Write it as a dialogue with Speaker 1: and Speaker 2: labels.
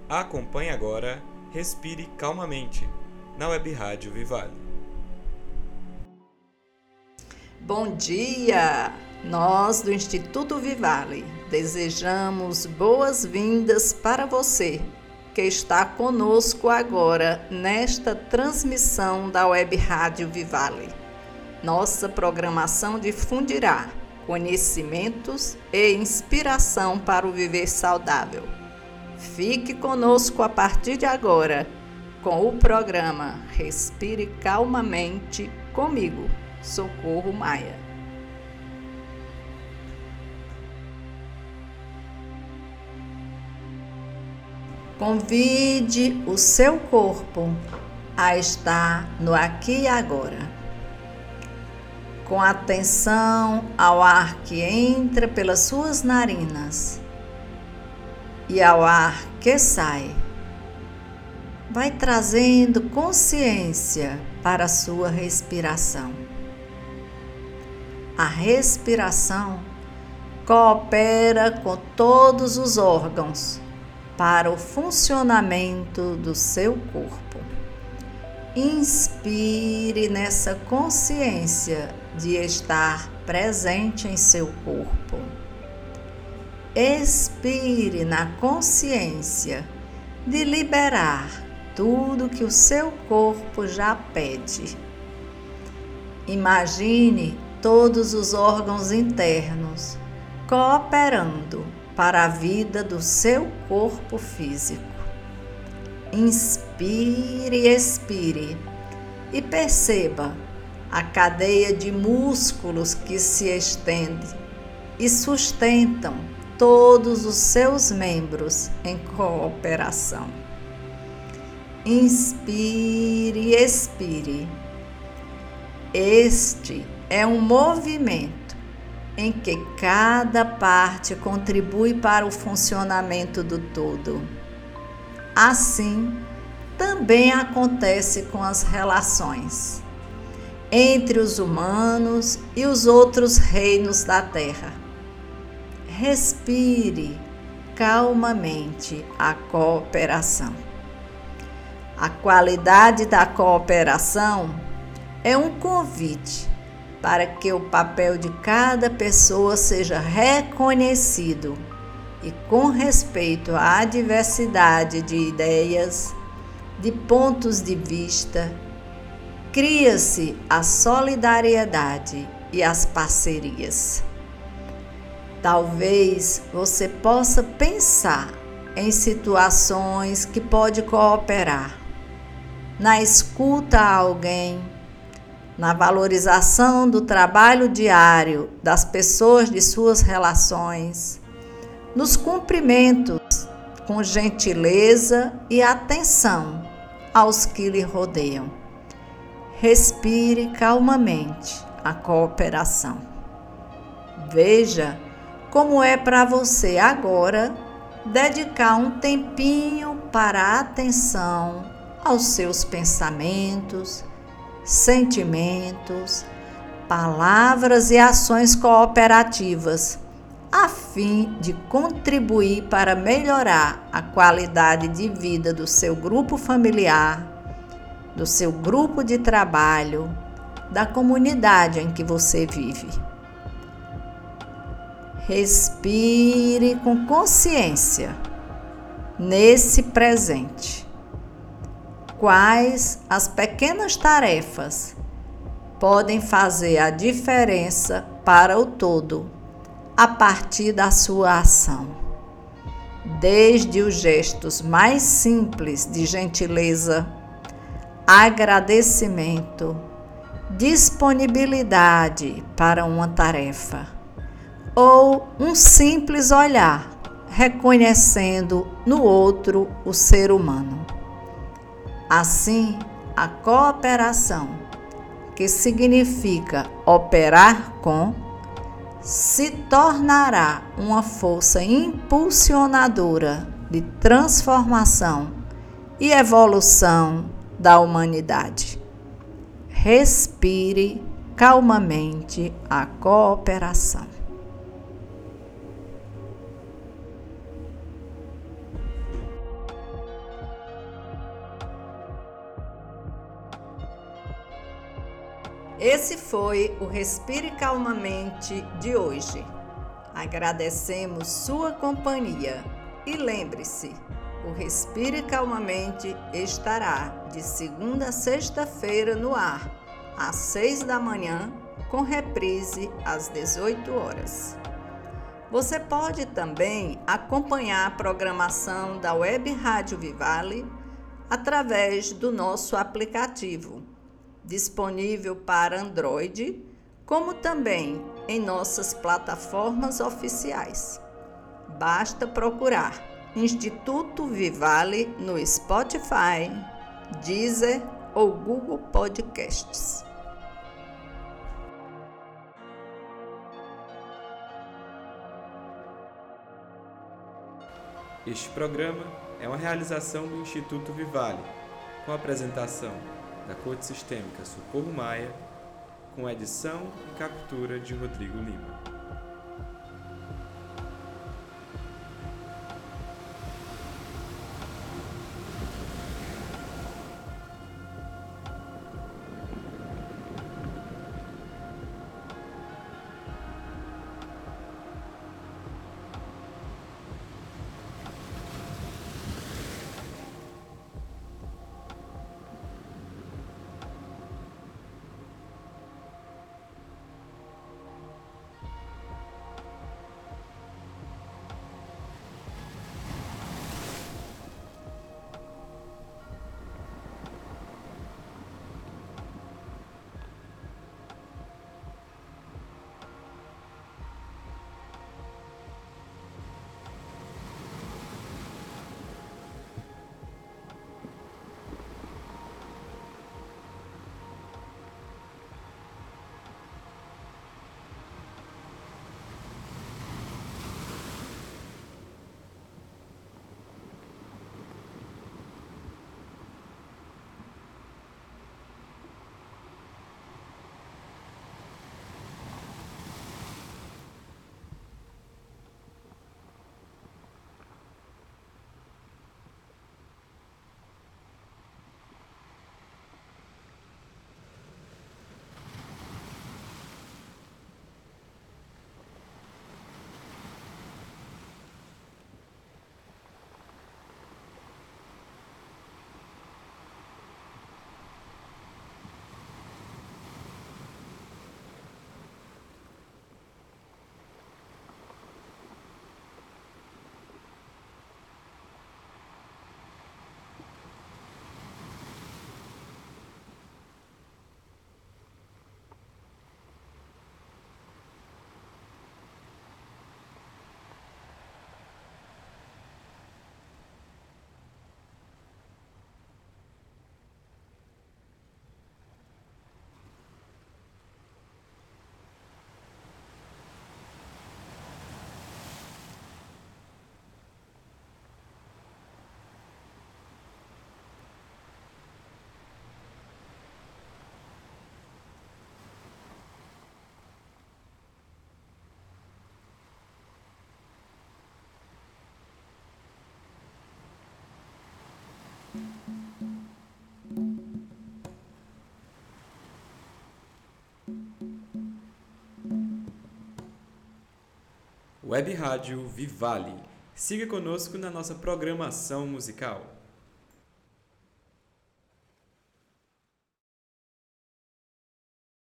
Speaker 1: Acompanhe agora Respire Calmamente, na Web Rádio Vivale.
Speaker 2: Bom dia! Nós do Instituto Vivale desejamos boas-vindas para você que está conosco agora nesta transmissão da Web Rádio Vivale. Nossa programação difundirá conhecimentos e inspiração para o viver saudável. Fique conosco a partir de agora com o programa Respire Calmamente comigo, Socorro Maia. Convide o seu corpo a estar no aqui e agora, com atenção ao ar que entra pelas suas narinas e ao ar que sai. Vai trazendo consciência para a sua respiração. A respiração coopera com todos os órgãos para o funcionamento do seu corpo. Inspire nessa consciência de estar presente em seu corpo. Expire na consciência de liberar tudo que o seu corpo já pede. Imagine todos os órgãos internos cooperando para a vida do seu corpo físico. Inspire e expire e perceba a cadeia de músculos que se estende e sustentam todos os seus membros em cooperação. Inspire e expire. Este é um movimento em que cada parte contribui para o funcionamento do todo. Assim, também acontece com as relações entre os humanos e os outros reinos da Terra. Respire calmamente a cooperação. A qualidade da cooperação é um convite para que o papel de cada pessoa seja reconhecido e, com respeito à diversidade de ideias, de pontos de vista, cria-se a solidariedade e as parcerias. Talvez você possa pensar em situações que pode cooperar, na escuta a alguém, na valorização do trabalho diário das pessoas de suas relações, nos cumprimentos com gentileza e atenção aos que lhe rodeiam. Respire calmamente a cooperação. Veja como é para você agora dedicar um tempinho para a atenção aos seus pensamentos, sentimentos, palavras e ações cooperativas, a fim de contribuir para melhorar a qualidade de vida do seu grupo familiar, do seu grupo de trabalho, da comunidade em que você vive. Respire com consciência nesse presente. Quais as pequenas tarefas podem fazer a diferença para o todo a partir da sua ação? Desde os gestos mais simples de gentileza, agradecimento, disponibilidade para uma tarefa, ou um simples olhar, reconhecendo no outro o ser humano. Assim, a cooperação, que significa operar com, se tornará uma força impulsionadora de transformação e evolução da humanidade. Respire calmamente a cooperação. Esse foi o Respire Calmamente de hoje. Agradecemos sua companhia e lembre-se, o Respire Calmamente estará de segunda a sexta-feira no ar, às 6 da manhã, com reprise às 18 horas. Você pode também acompanhar a programação da Web Rádio Vivale através do nosso aplicativo, disponível para Android, como também em nossas plataformas oficiais. Basta procurar Instituto Vivale no Spotify, Deezer ou Google Podcasts.
Speaker 1: Este programa é uma realização do Instituto Vivale, com a apresentação da Coach Sistêmica Socorro Maia, com edição e captura de Rodrigo Lima. Web Rádio Vivale. Siga conosco na nossa programação musical.